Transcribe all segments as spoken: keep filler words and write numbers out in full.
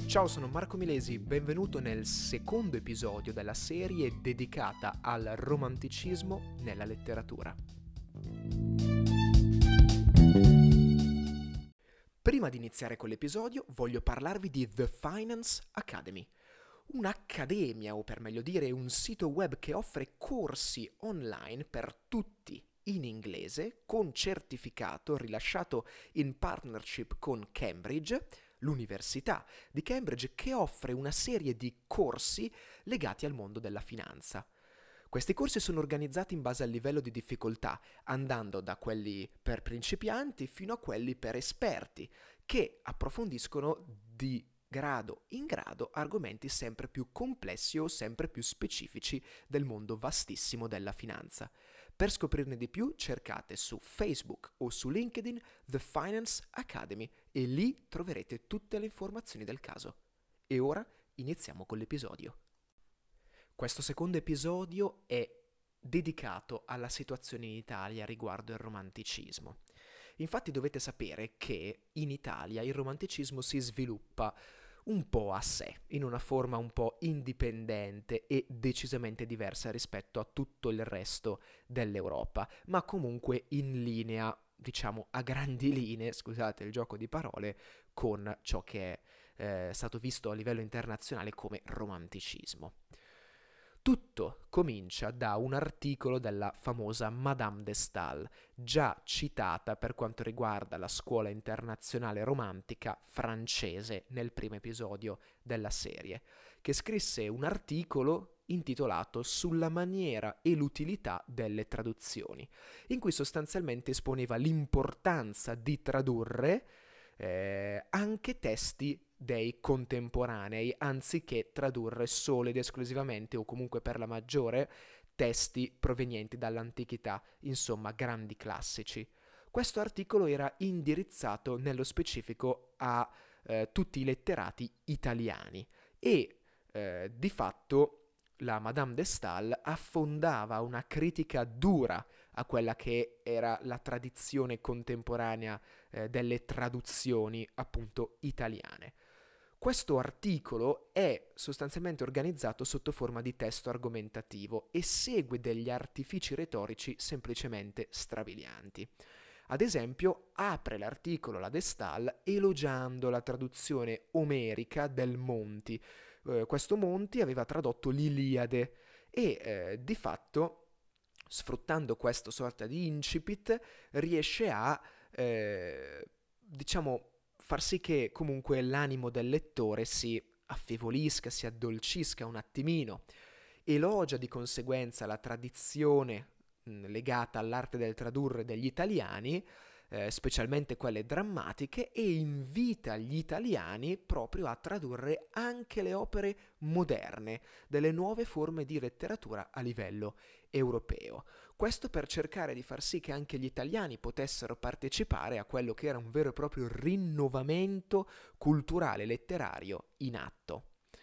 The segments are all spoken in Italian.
Ciao, sono Marco Milesi, benvenuto nel secondo episodio della serie dedicata al romanticismo nella letteratura. Prima di iniziare con l'episodio voglio parlarvi di The Finance Academy, un'accademia o per meglio dire un sito web che offre corsi online per tutti in inglese con certificato rilasciato in partnership con Cambridge, l'Università di Cambridge, che offre una serie di corsi legati al mondo della finanza. Questi corsi sono organizzati in base al livello di difficoltà, andando da quelli per principianti fino a quelli per esperti, che approfondiscono di grado in grado argomenti sempre più complessi o sempre più specifici del mondo vastissimo della finanza. Per scoprirne di più cercate su Facebook o su LinkedIn The Finance Academy e lì troverete tutte le informazioni del caso. E ora iniziamo con l'episodio. Questo secondo episodio è dedicato alla situazione in Italia riguardo il romanticismo. Infatti dovete sapere che in Italia il romanticismo si sviluppa un po' a sé, in una forma un po' indipendente e decisamente diversa rispetto a tutto il resto dell'Europa, ma comunque in linea, diciamo a grandi linee, scusate il gioco di parole, con ciò che è eh, stato visto a livello internazionale come romanticismo. Tutto comincia da un articolo della famosa Madame de Staël, già citata per quanto riguarda la scuola internazionale romantica francese nel primo episodio della serie, che scrisse un articolo intitolato Sulla maniera e l'utilità delle traduzioni, in cui sostanzialmente esponeva l'importanza di tradurre eh, anche testi dei contemporanei, anziché tradurre solo ed esclusivamente o comunque per la maggiore testi provenienti dall'antichità, insomma grandi classici. Questo articolo era indirizzato nello specifico a eh, tutti i letterati italiani e eh, di fatto la Madame de Staël affondava una critica dura a quella che era la tradizione contemporanea eh, delle traduzioni appunto italiane. Questo articolo è sostanzialmente organizzato sotto forma di testo argomentativo e segue degli artifici retorici semplicemente strabilianti. Ad esempio, apre l'articolo la de Staël elogiando la traduzione omerica del Monti. Eh, questo Monti aveva tradotto l'Iliade e eh, di fatto, sfruttando questa sorta di incipit, riesce a, eh, diciamo, far sì che comunque l'animo del lettore si affievolisca, si addolcisca un attimino, elogia di conseguenza la tradizione mh, legata all'arte del tradurre degli italiani, eh, specialmente quelle drammatiche, e invita gli italiani proprio a tradurre anche le opere moderne, delle nuove forme di letteratura a livello europeo. Questo per cercare di far sì che anche gli italiani potessero partecipare a quello che era un vero e proprio rinnovamento culturale e letterario in atto.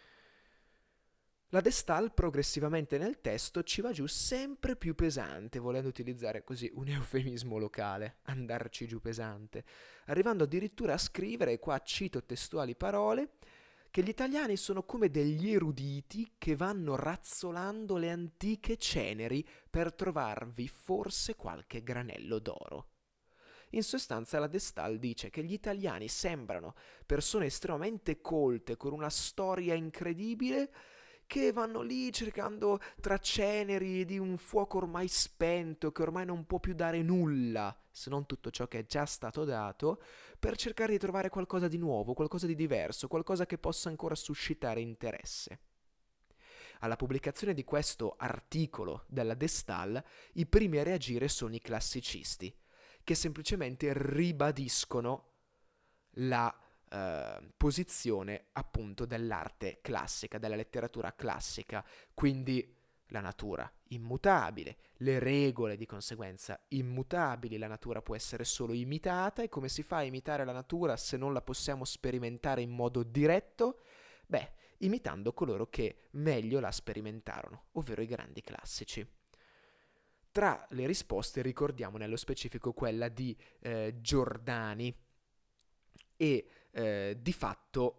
La de Staël progressivamente nel testo ci va giù sempre più pesante, volendo utilizzare così un eufemismo locale, andarci giù pesante, arrivando addirittura a scrivere, e qua cito testuali parole, che gli italiani sono come degli eruditi che vanno razzolando le antiche ceneri per trovarvi forse qualche granello d'oro. In sostanza la de Staël dice che gli italiani sembrano persone estremamente colte, con una storia incredibile, che vanno lì cercando tra ceneri di un fuoco ormai spento, che ormai non può più dare nulla, se non tutto ciò che è già stato dato, per cercare di trovare qualcosa di nuovo, qualcosa di diverso, qualcosa che possa ancora suscitare interesse. Alla pubblicazione di questo articolo della de Staël, i primi a reagire sono i classicisti, che semplicemente ribadiscono la Uh, posizione appunto dell'arte classica, della letteratura classica, quindi la natura immutabile, le regole di conseguenza immutabili, la natura può essere solo imitata, e come si fa a imitare la natura se non la possiamo sperimentare in modo diretto? Beh, imitando coloro che meglio la sperimentarono, ovvero i grandi classici. Tra le risposte ricordiamo nello specifico quella di eh, Giordani, e eh, di fatto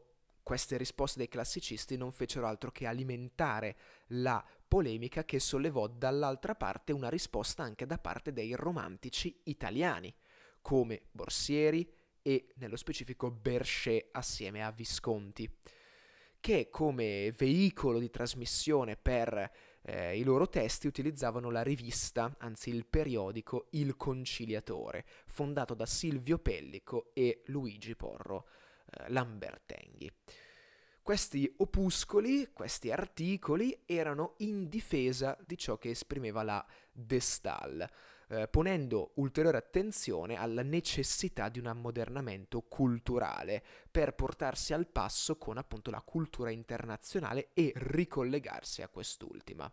Queste risposte dei classicisti non fecero altro che alimentare la polemica che sollevò dall'altra parte una risposta anche da parte dei romantici italiani, come Borsieri e nello specifico Berchet assieme a Visconti, che come veicolo di trasmissione per eh, i loro testi utilizzavano la rivista, anzi il periodico Il Conciliatore, fondato da Silvio Pellico e Luigi Porro eh, Lambertenghi. Questi opuscoli, questi articoli erano in difesa di ciò che esprimeva la De Staël, eh, ponendo ulteriore attenzione alla necessità di un ammodernamento culturale per portarsi al passo con appunto la cultura internazionale e ricollegarsi a quest'ultima.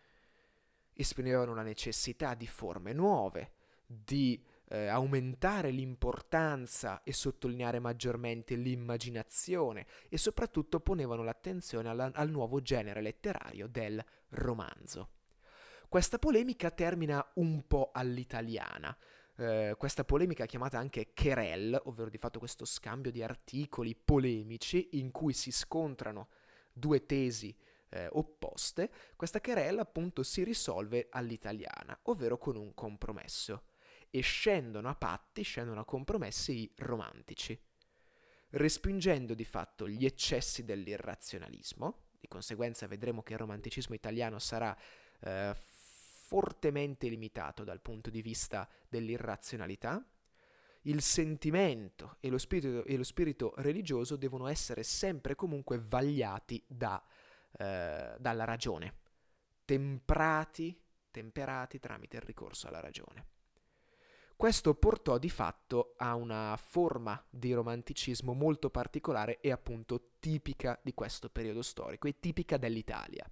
Esprimevano la necessità di forme nuove, di eh, aumentare l'importanza e sottolineare maggiormente l'immaginazione e soprattutto ponevano l'attenzione alla, al nuovo genere letterario del romanzo. Questa polemica termina un po' all'italiana. Eh, questa polemica chiamata anche querelle, ovvero di fatto questo scambio di articoli polemici in cui si scontrano due tesi eh, opposte, questa querelle appunto si risolve all'italiana, ovvero con un compromesso. E scendono a patti, scendono a compromessi i romantici, respingendo di fatto gli eccessi dell'irrazionalismo. Di conseguenza vedremo che il romanticismo italiano sarà eh, fortemente limitato dal punto di vista dell'irrazionalità. Il sentimento e lo spirito, e lo spirito religioso devono essere sempre e comunque vagliati da, eh, dalla ragione, temprati, temperati tramite il ricorso alla ragione. Questo portò di fatto a una forma di romanticismo molto particolare e appunto tipica di questo periodo storico e tipica dell'Italia.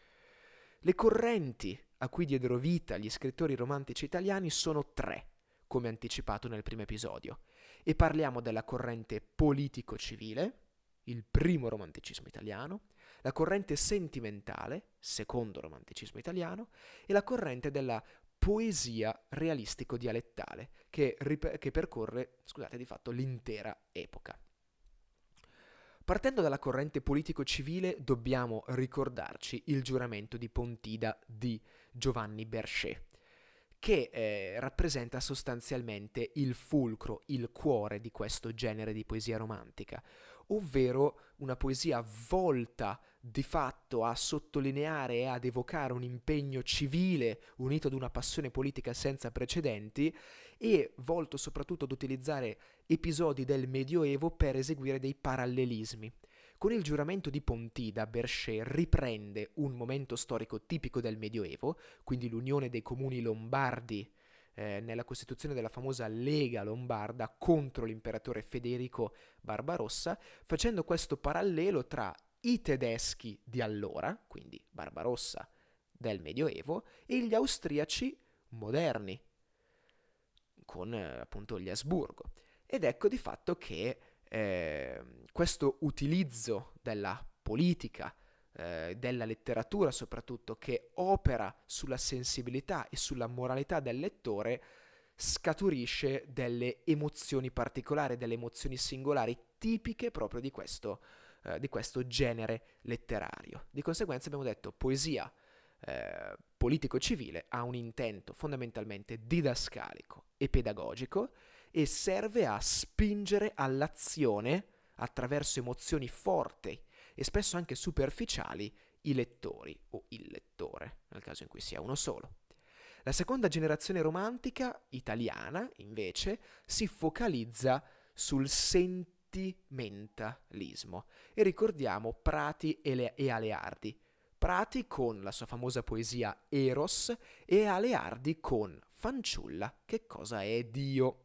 Le correnti a cui diedero vita gli scrittori romantici italiani sono tre, come anticipato nel primo episodio, e parliamo della corrente politico-civile, il primo romanticismo italiano, la corrente sentimentale, secondo romanticismo italiano, e la corrente della poesia realistico-dialettale che, rip- che percorre, scusate, di fatto l'intera epoca. Partendo dalla corrente politico-civile dobbiamo ricordarci il giuramento di Pontida di Giovanni Berchet, che eh, rappresenta sostanzialmente il fulcro, il cuore di questo genere di poesia romantica, ovvero una poesia volta di fatto a sottolineare e ad evocare un impegno civile unito ad una passione politica senza precedenti e volto soprattutto ad utilizzare episodi del Medioevo per eseguire dei parallelismi. Con il giuramento di Pontida, Berchet riprende un momento storico tipico del Medioevo, quindi l'unione dei comuni lombardi eh, nella costituzione della famosa Lega Lombarda contro l'imperatore Federico Barbarossa, facendo questo parallelo tra i tedeschi di allora, quindi Barbarossa del Medioevo, e gli austriaci moderni, con eh, appunto gli Asburgo. Ed ecco di fatto che eh, questo utilizzo della politica, eh, della letteratura soprattutto, che opera sulla sensibilità e sulla moralità del lettore, scaturisce delle emozioni particolari, delle emozioni singolari tipiche proprio di questo, eh, di questo genere letterario. Di conseguenza abbiamo detto poesia eh, politico-civile ha un intento fondamentalmente didascalico e pedagogico e serve a spingere all'azione attraverso emozioni forti e spesso anche superficiali i lettori o il lettore, nel caso in cui sia uno solo. La seconda generazione romantica italiana, invece, si focalizza sul sentimentalismo e ricordiamo Prati e, Le- e Aleardi. Prati con la sua famosa poesia Eros e Aleardi con Fanciulla, che cosa è Dio.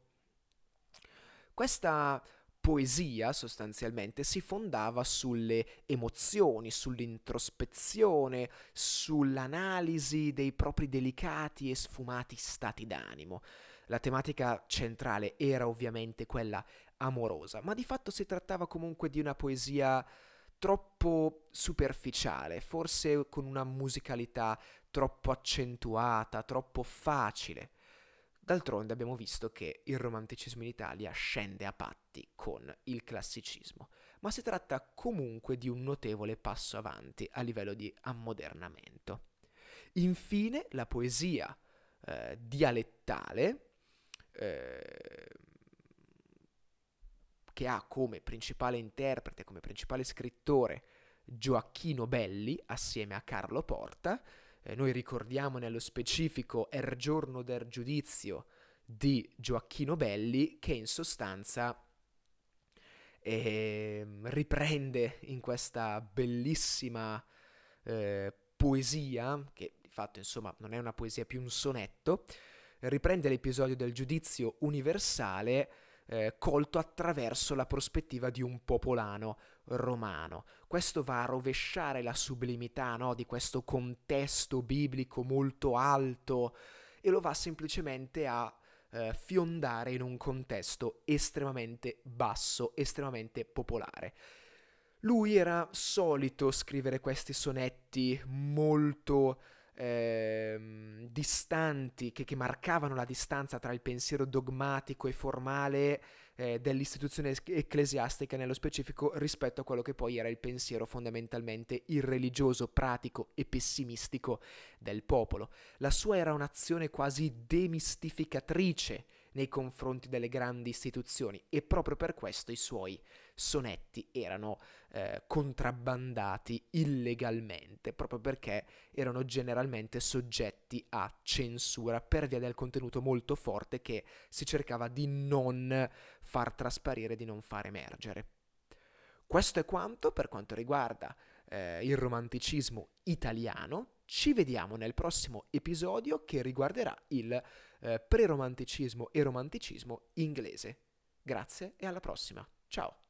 Questa poesia sostanzialmente si fondava sulle emozioni, sull'introspezione, sull'analisi dei propri delicati e sfumati stati d'animo. La tematica centrale era ovviamente quella amorosa, ma di fatto si trattava comunque di una poesia troppo superficiale, forse con una musicalità troppo accentuata, troppo facile. D'altronde abbiamo visto che il romanticismo in Italia scende a patti con il classicismo, ma si tratta comunque di un notevole passo avanti a livello di ammodernamento. Infine, la poesia eh, dialettale, eh, che ha come principale interprete, come principale scrittore Gioacchino Belli assieme a Carlo Porta. Eh, noi ricordiamo nello specifico Er giorno del giudizio di Gioacchino Belli, che in sostanza eh, riprende in questa bellissima eh, poesia, che di fatto insomma non è una poesia, più un sonetto, riprende l'episodio del giudizio universale eh, colto attraverso la prospettiva di un popolano romano. Questo va a rovesciare la sublimità, no, di questo contesto biblico molto alto e lo va semplicemente a eh, fiondare in un contesto estremamente basso, estremamente popolare. Lui era solito scrivere questi sonetti molto ehm, distanti, che, che marcavano la distanza tra il pensiero dogmatico e formale eh, dell'istituzione ecclesiastica nello specifico rispetto a quello che poi era il pensiero fondamentalmente irreligioso, pratico e pessimistico del popolo. La sua era un'azione quasi demistificatrice nei confronti delle grandi istituzioni e proprio per questo i suoi sonetti erano eh, contrabbandati illegalmente, proprio perché erano generalmente soggetti a censura per via del contenuto molto forte che si cercava di non far trasparire, di non far emergere. Questo è quanto per quanto riguarda eh, il romanticismo italiano. Ci vediamo nel prossimo episodio che riguarderà il eh, preromanticismo e romanticismo inglese. Grazie e alla prossima. Ciao!